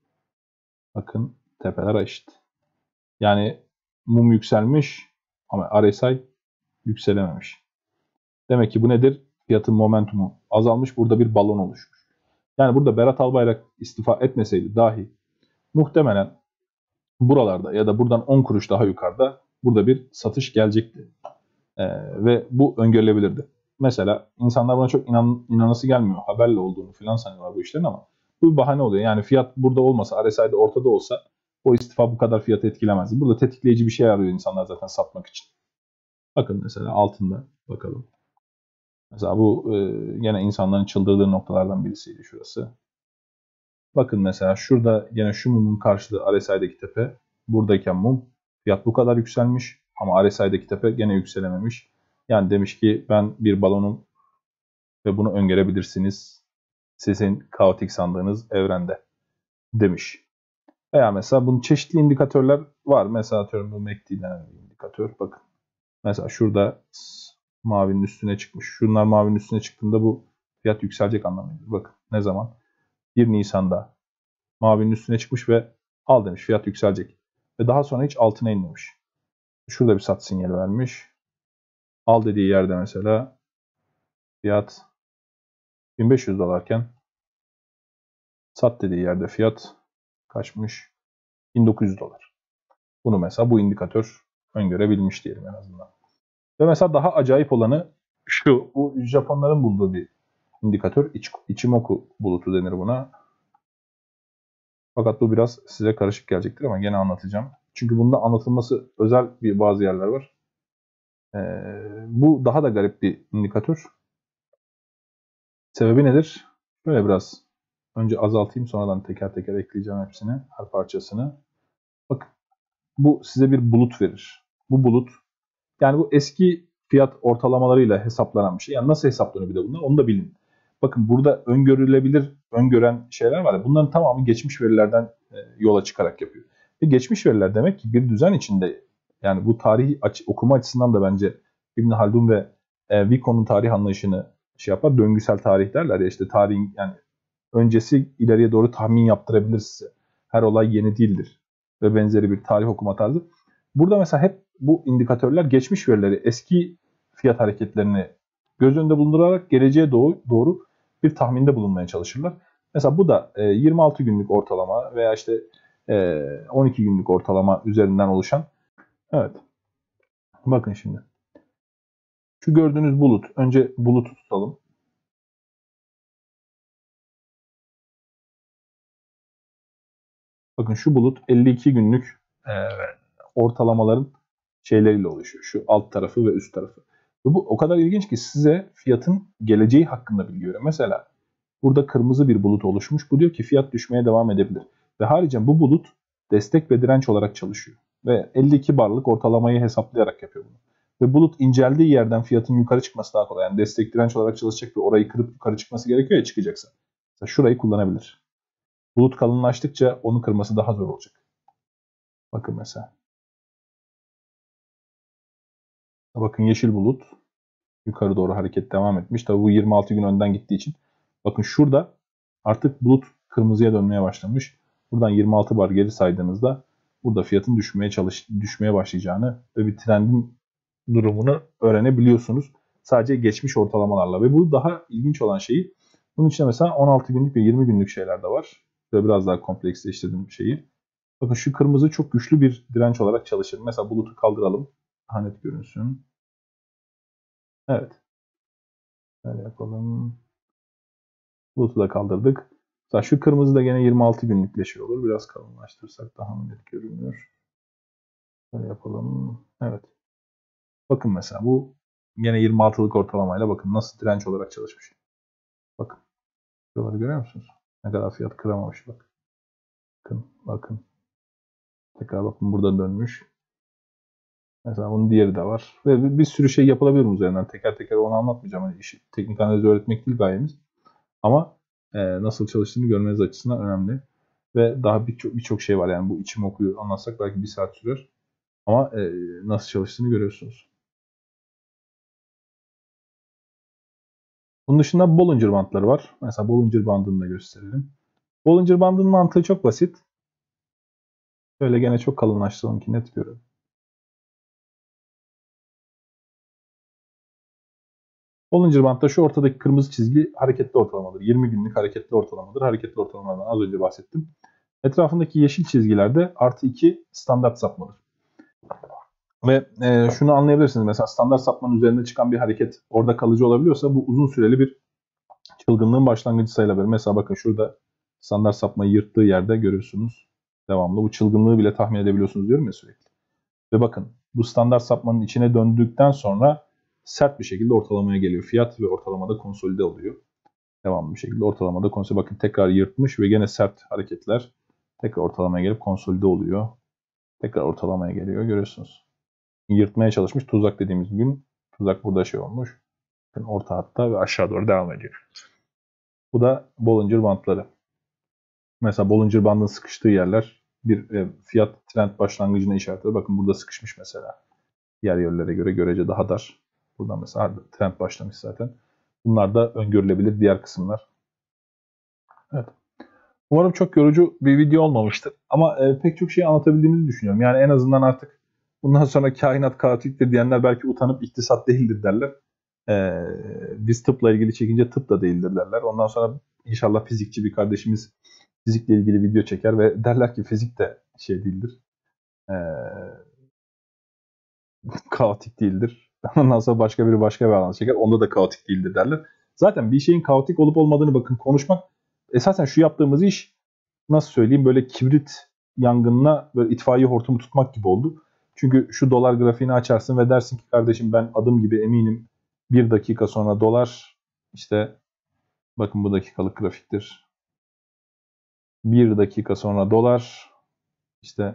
bakın tepeler eşit. Yani mum yükselmiş ama RSI yükselememiş. Demek ki bu nedir? Fiyatın momentumu azalmış. Burada bir balon oluşmuş. Yani burada Berat Albayrak istifa etmeseydi dahi muhtemelen buralarda ya da buradan 10 kuruş daha yukarıda burada bir satış gelecekti. Ve bu öngörülebilirdi. Mesela insanlar buna çok inanası gelmiyor. Haberle olduğunu falan sanıyorlar bu işlerin ama bu bir bahane oluyor. Yani fiyat burada olmasa, RSI'de ortada olsa o istifa bu kadar fiyatı etkilemezdi. Burada tetikleyici bir şey arıyor insanlar zaten satmak için. Bakın mesela altında bakalım. Mesela bu yine insanların çıldırdığı noktalardan birisiydi şurası. Bakın mesela şurada yine şu mumun karşılığı RSI'deki tepe. Buradayken mum fiyat bu kadar yükselmiş ama RSI'deki tepe gene yükselememiş. Yani demiş ki ben bir balonum ve bunu öngörebilirsiniz. Sizin kaotik sandığınız evrende demiş. Veya mesela bunun çeşitli indikatörler var. Mesela atıyorum bu MACD denen bir indikatör. Bakın. Mesela şurada mavinin üstüne çıkmış. Şunlar mavinin üstüne çıktığında bu fiyat yükselecek anlamına geliyor. Bakın ne zaman? 1 Nisan'da mavinin üstüne çıkmış ve al demiş fiyat yükselecek. Ve daha sonra hiç altına inmemiş. Şurada bir sat sinyali vermiş. Al dediği yerde mesela fiyat 1500 dolarken sat dediği yerde fiyat kaçmış? 1900 dolar. Bunu mesela bu indikatör öngörebilmiş diyelim en azından. Ve mesela daha acayip olanı şu. Bu Japonların bulduğu bir indikatör. Ichimoku bulutu denir buna. Fakat bu biraz size karışık gelecektir ama gene anlatacağım. Çünkü bunda anlatılması özel bazı yerler var. Bu daha da garip bir indikatör. Sebebi nedir? Böyle biraz önce azaltayım sonradan teker teker ekleyeceğim hepsini, her parçasını. Bakın bu size bir bulut verir. Bu bulut yani bu eski fiyat ortalamalarıyla hesaplanan bir şey. Yani nasıl hesaplanıyor bir de bunlar onu da bilin. Bakın burada öngören şeyler var ya bunların tamamı geçmiş verilerden yola çıkarak yapıyor. Ve geçmiş veriler demek ki bir düzen içinde yani bu tarihi okuma açısından da bence İbn Haldun ve Vico'nun tarih anlayışını şey yapar. Döngüsel tarih derler ya işte tarihin yani öncesi ileriye doğru tahmin yaptırabilir size. Her olay yeni değildir ve benzeri bir tarih okuma tarzı. Burada mesela hep bu indikatörler geçmiş verileri, eski fiyat hareketlerini göz önünde bulundurarak geleceğe doğru bir tahminde bulunmaya çalışırlar. Mesela bu da 26 günlük ortalama veya işte 12 günlük ortalama üzerinden oluşan. Evet. Bakın şimdi. Şu gördüğünüz bulut. Önce bulutu tutalım. Bakın şu bulut 52 günlük ortalamaların şeyleriyle oluşuyor. Şu alt tarafı ve üst tarafı. Ve bu o kadar ilginç ki size fiyatın geleceği hakkında bilgi veriyor. Mesela burada kırmızı bir bulut oluşmuş. Bu diyor ki fiyat düşmeye devam edebilir. Ve haricen bu bulut destek ve direnç olarak çalışıyor. Ve 52 barlık ortalamayı hesaplayarak yapıyor bunu. Ve bulut inceldiği yerden fiyatın yukarı çıkması daha kolay. Yani destek direnç olarak çalışacak ve orayı kırıp yukarı çıkması gerekiyor ya çıkacaksa. Mesela şurayı kullanabilir. Bulut kalınlaştıkça onu kırması daha zor olacak. Bakın mesela. Bakın yeşil bulut yukarı doğru hareket devam etmiş. Tabi bu 26 gün önden gittiği için. Bakın şurada artık bulut kırmızıya dönmeye başlamış. Buradan 26 bar geri saydığınızda burada fiyatın düşmeye başlayacağını ve bir trendin durumunu öğrenebiliyorsunuz. Sadece geçmiş ortalamalarla ve bu daha ilginç olan şeyi bunun içinde mesela 16 günlük ve 20 günlük şeyler de var. Ve biraz daha kompleksleştirdim şeyi. Bakın şu kırmızı çok güçlü bir direnç olarak çalışır. Mesela bulutu kaldıralım. Daha net görünsün. Evet. Böyle yapalım. Bulutu da kaldırdık. Mesela şu kırmızı da gene 26 günlükleşiyor olur. Biraz kalınlaştırırsak daha mı net görünür. Böyle yapalım. Evet. Bakın mesela bu yine 26'lık ortalamayla bakın nasıl direnç olarak çalışmış. Bakın. Şuraları görüyor musunuz? Ne kadar fiyat kıramamış bak. Bakın. Bakın. Tekrar bakın burada dönmüş. Mesela bunun diğeri de var. Ve bir sürü şey yapılabilir üzerinden. Teker teker onu anlatmayacağım. Hani işi, teknik analizi öğretmek değil gayemiz. Ama nasıl çalıştığını görmeniz açısından önemli. Ve daha birçok şey var. Yani bu içim okuyor anlatsak belki bir saat sürer. Ama nasıl çalıştığını görüyorsunuz. Bunun dışında Bollinger bandları var. Mesela Bollinger bandını da gösterelim. Bollinger bandının mantığı çok basit. Şöyle gene çok kalınlaştıralım ki net görün. Bollinger Band'da şu ortadaki kırmızı çizgi hareketli ortalamadır. 20 günlük hareketli ortalamadır. Hareketli ortalamadan az önce bahsettim. Etrafındaki yeşil çizgilerde artı 2 standart sapmadır. Ve şunu anlayabilirsiniz. Mesela standart sapmanın üzerinde çıkan bir hareket orada kalıcı olabiliyorsa bu uzun süreli bir çılgınlığın başlangıcı sayılabilir. Mesela bakın şurada standart sapmayı yırttığı yerde görüyorsunuz. Devamlı. Bu çılgınlığı bile tahmin edebiliyorsunuz diyorum ya sürekli. Ve bakın bu standart sapmanın içine döndükten sonra sert bir şekilde ortalamaya geliyor. Fiyat ve ortalamada konsolide oluyor. Devamlı bir şekilde ortalamada konsolide. Bakın tekrar yırtmış ve gene sert hareketler. Tekrar ortalamaya gelip konsolide oluyor. Tekrar ortalamaya geliyor. Görüyorsunuz. Yırtmaya çalışmış. Tuzak dediğimiz gün. Tuzak burada şey olmuş. Bakın orta hatta ve aşağı doğru devam ediyor. Bu da Bollinger bandları. Mesela Bollinger bandının sıkıştığı yerler bir fiyat trend başlangıcına işaret ediyor. Bakın burada sıkışmış mesela. Diğer yerlere göre görece daha dar. Buradan mesela trend başlamış zaten. Bunlar da öngörülebilir diğer kısımlar. Evet. Umarım çok yorucu bir video olmamıştır. Ama pek çok şey anlatabildiğimizi düşünüyorum. Yani en azından artık bundan sonra kainat kaotiktir diyenler belki utanıp iktisat değildir derler. Biz tıpla ilgili çekince tıp da değildir derler. Ondan sonra inşallah fizikçi bir kardeşimiz fizikle ilgili video çeker ve derler ki fizik de şey değildir. Kaotik değildir. Ondan sonra başka biri başka bir alana çeker. Onda da kaotik değildir derler. Zaten bir şeyin kaotik olup olmadığını bakın konuşmak. Esasen şu yaptığımız iş nasıl söyleyeyim böyle kibrit yangınına böyle itfaiye hortumu tutmak gibi oldu. Çünkü şu dolar grafiğini açarsın ve dersin ki kardeşim ben adım gibi eminim bir dakika sonra dolar işte bakın bu dakikalık grafiktir. Bir dakika sonra dolar işte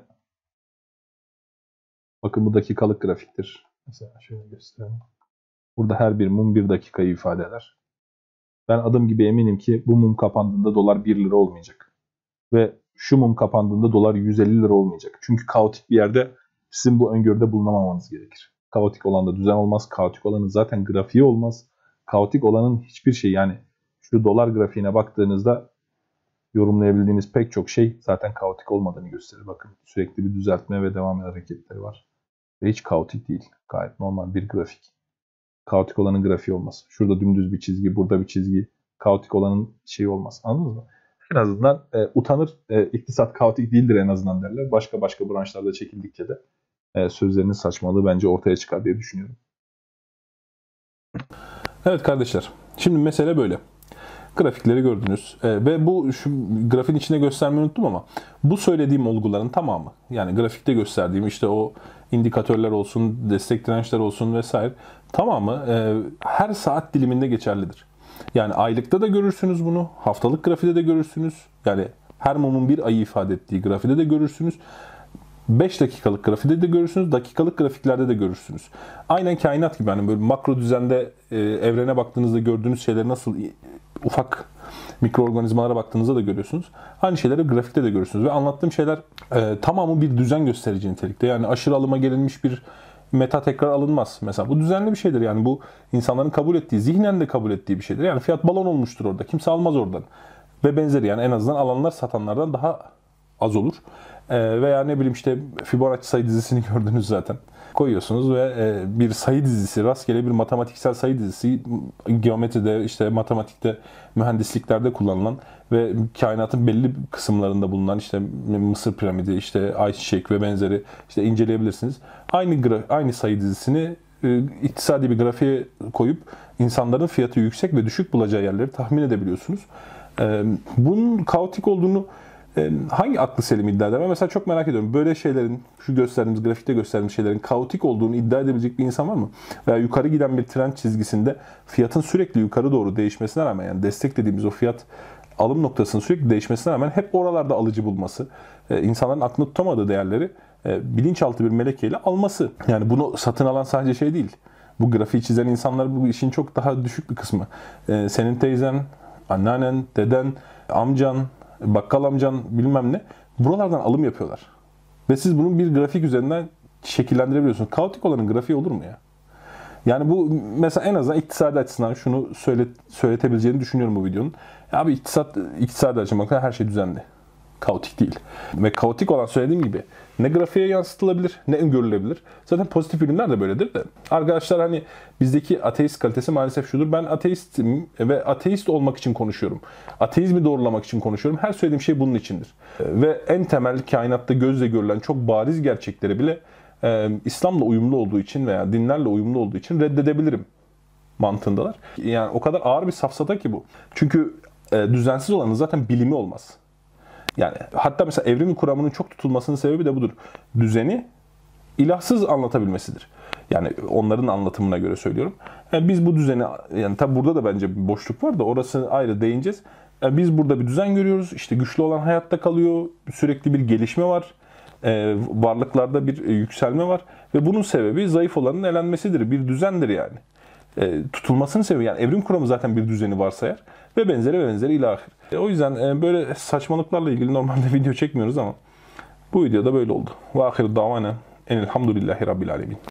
bakın bu dakikalık grafiktir. Mesela şöyle göstereyim. Burada her bir mum bir dakikayı ifade eder. Ben adım gibi eminim ki bu mum kapandığında dolar 1 lira olmayacak. Ve şu mum kapandığında dolar 150 lira olmayacak. Çünkü kaotik bir yerde sizin bu öngörüde bulunamamanız gerekir. Kaotik olanda düzen olmaz. Kaotik olanın zaten grafiği olmaz. Kaotik olanın hiçbir şey yani şu dolar grafiğine baktığınızda yorumlayabildiğiniz pek çok şey zaten kaotik olmadığını gösterir. Bakın sürekli bir düzeltme ve devam eden hareketleri var. Ve hiç kaotik değil. Gayet normal bir grafik. Kaotik olanın grafiği olmaz. Şurada dümdüz bir çizgi, burada bir çizgi. Kaotik olanın şeyi olmaz. Anladınız mı? En azından utanır, iktisat kaotik değildir en azından derler. Başka branşlarda çekildikçe de sözlerinin saçmalığı bence ortaya çıkar diye düşünüyorum. Evet kardeşler, şimdi mesele böyle. Grafikleri gördünüz ve bu şu grafiğin içine göstermeyi unuttum ama bu söylediğim olguların tamamı yani grafikte gösterdiğim işte o indikatörler olsun, destek dirençler olsun vesaire tamamı her saat diliminde geçerlidir. Yani aylıkta da görürsünüz bunu, haftalık grafikte de görürsünüz. Yani her mumun bir ayı ifade ettiği grafikte de görürsünüz. 5 dakikalık grafikte de görürsünüz, dakikalık grafiklerde de görürsünüz. Aynen kainat gibi hani böyle makro düzende evrene baktığınızda gördüğünüz şeyleri nasıl ufak mikroorganizmalara baktığınızda da görüyorsunuz. Aynı şeyleri grafikte de görürsünüz ve anlattığım şeyler tamamı bir düzen gösterici nitelikte. Yani aşırı alıma gelinmiş bir meta tekrar alınmaz. Mesela bu düzenli bir şeydir. Yani bu insanların kabul ettiği, zihnen de kabul ettiği bir şeydir. Yani fiyat balon olmuştur orada. Kimse almaz oradan. Ve benzeri yani en azından alanlar satanlardan daha az olur. Veya ne bileyim işte Fibonacci sayı dizisini gördünüz zaten. Koyuyorsunuz ve bir sayı dizisi, rastgele bir matematiksel sayı dizisi geometride, işte matematikte, mühendisliklerde kullanılan ve kainatın belli kısımlarında bulunan işte Mısır piramidi, işte ayçiçek ve benzeri işte inceleyebilirsiniz. Aynı sayı dizisini iktisadi bir grafiğe koyup insanların fiyatı yüksek ve düşük bulacağı yerleri tahmin edebiliyorsunuz. Bunun kaotik olduğunu hangi aklı selim iddia eder? Ben mesela çok merak ediyorum. Böyle şeylerin, şu gösterdiğimiz, grafikte gösterdiğimiz şeylerin kaotik olduğunu iddia edebilecek bir insan var mı? Veya yukarı giden bir trend çizgisinde fiyatın sürekli yukarı doğru değişmesine rağmen, yani destek dediğimiz o fiyat alım noktasının sürekli değişmesine rağmen hep oralarda alıcı bulması, insanların aklını tutamadığı değerleri bilinçaltı bir melekeyle alması. Yani bunu satın alan sadece şey değil. Bu grafiği çizen insanlar bu işin çok daha düşük bir kısmı. Senin teyzen, anneannen, deden, amcan, bakkal amcan bilmem ne. Buralardan alım yapıyorlar. Ve siz bunu bir grafik üzerinden şekillendirebiliyorsunuz. Kaotik olanın grafiği olur mu ya? Yani bu mesela en azından iktisadi açısından şunu söyletebileceğini düşünüyorum bu videonun. Ya abi iktisadi açıdan her şey düzenli. Kaotik değil. Ve kaotik olan söylediğim gibi ne grafiğe yansıtılabilir ne öngörülebilir. Zaten pozitif ürünler de böyledir de. Arkadaşlar hani bizdeki ateist kalitesi maalesef şudur. Ben ateistim ve ateist olmak için konuşuyorum. Ateizmi doğrulamak için konuşuyorum. Her söylediğim şey bunun içindir. Ve en temel kainatta gözle görülen çok bariz gerçekleri bile İslam'la uyumlu olduğu için veya dinlerle uyumlu olduğu için reddedebilirim mantığındalar. Yani o kadar ağır bir safsata ki bu. Çünkü düzensiz olanın zaten bilimi olmaz. Yani hatta mesela evrimin kuramının çok tutulmasının sebebi de budur. Düzeni ilahsız anlatabilmesidir. Yani onların anlatımına göre söylüyorum. Yani biz bu düzeni, yani tabi burada da bence bir boşluk var da orası ayrı değineceğiz. Yani biz burada bir düzen görüyoruz. İşte güçlü olan hayatta kalıyor. Sürekli bir gelişme var. Varlıklarda bir yükselme var. Ve bunun sebebi zayıf olanın elenmesidir. Bir düzendir yani. Tutulmasının sebebi, yani evrim kuramı zaten bir düzeni varsayar ve benzeri ilahir. O yüzden böyle saçmalıklarla ilgili normalde video çekmiyoruz ama bu videoda böyle oldu. Ve ahiru davana enelhamdülillahi rabbil alemin.